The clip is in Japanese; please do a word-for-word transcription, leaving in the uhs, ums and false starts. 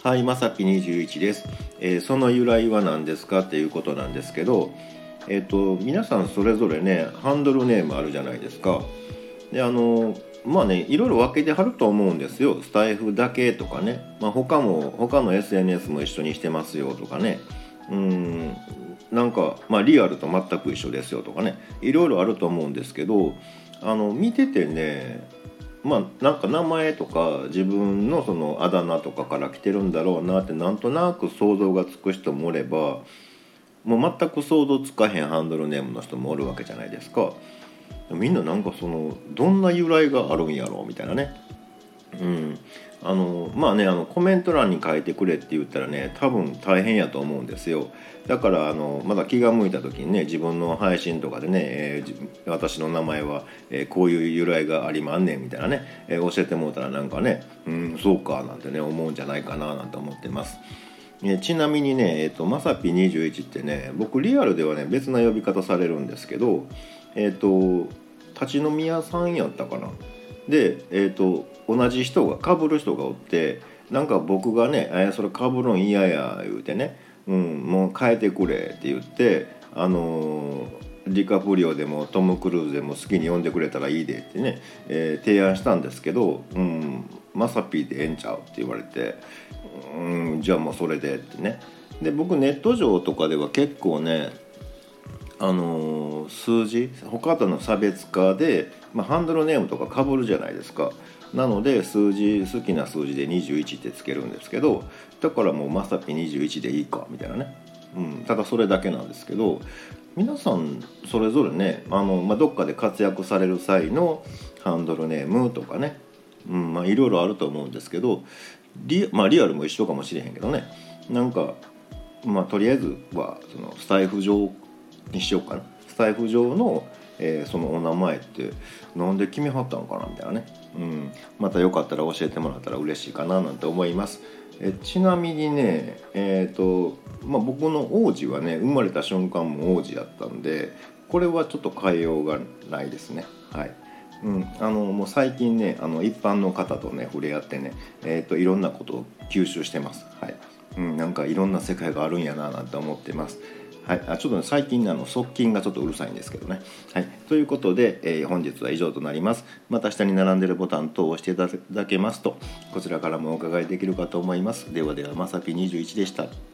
はい、まさぴにじゅういちです、えーその由来は何ですかっていうことなんですけど、えっと皆さんそれぞれねハンドルネームあるじゃないですか。であのまあねいろいろ分けてはると思うんですよ。スタイフだけとかね、まあ、他も他の エスエヌエス も一緒にしてますよとかね、うーんなんか、まあ、リアルと全く一緒ですよとかね、いろいろあると思うんですけど、あの見ててね、まあなんか名前とか自分のそのあだ名とかから来てるんだろうなってなんとなく想像がつく人もおれば、もう全く想像つかへんハンドルネームの人もおるわけじゃないですか。みんななんかそのどんな由来があるんやろうみたいなね。うん、あのまあねあのコメント欄に書いてくれって言ったらね多分大変やと思うんですよ。だからあのまだ気が向いた時にね自分の配信とかでね、えー私の名前は、えーこういう由来がありまんねんみたいなね、えー教えてもらったらなんかね、うんそうかなんてね思うんじゃないかななんて思ってます。えちなみにね、えっと、まさぴにじゅういちってね、僕リアルではね別な呼び方されるんですけど、えっと立ち飲み屋さんやったかな。で、えっと同じ人が被る人がおって、なんか僕がね「えーそれ被るん嫌や」言うてね、うん、もう変えてくれって言って、あのーディカプリオでもトム・クルーズでも好きに呼んでくれたらいいでってね、えー提案したんですけど、うん、マサピーでええんちゃうって言われて、うん、じゃあもうそれでってね。で僕ネット上とかでは結構ね、あのー数字他との差別化で、まあ、ハンドルネームとか被るじゃないですか。なので数字好きな数字でにじゅういちってつけるんですけど、だからもうまさぴにじゅういちでいいかみたいなね、うん、ただそれだけなんですけど、皆さんそれぞれねあの、まあ、どっかで活躍される際のハンドルネームとかね、うんまあ、いろいろあると思うんですけど、リ,、まあ、リアルも一緒かもしれへんけどね、なんかまあとりあえずはそのスタイフ上にしようかな。スタイフ上の、えーそのお名前ってなんで決めはったのかなみたいなね、うん、またよかったら教えてもらったら嬉しいかななんて思います。えちなみにね、えーとまあ、僕の王子はね生まれた瞬間も王子だったんで、これはちょっと変えようがないですね。はい。うん、あのもう最近ねあの一般の方とね触れ合ってね、えーといろんなことを吸収してます。はい。うん、なんかいろんな世界があるんやななんて思ってます。はい、あちょっと、ね、最近、ね、あの側近がちょっとうるさいんですけどね。はい、ということで、えー本日は以上となります。また下に並んでいるボタン等を押していただけますとこちらからもお伺いできるかと思います。ではではまさぴにじゅういちでした。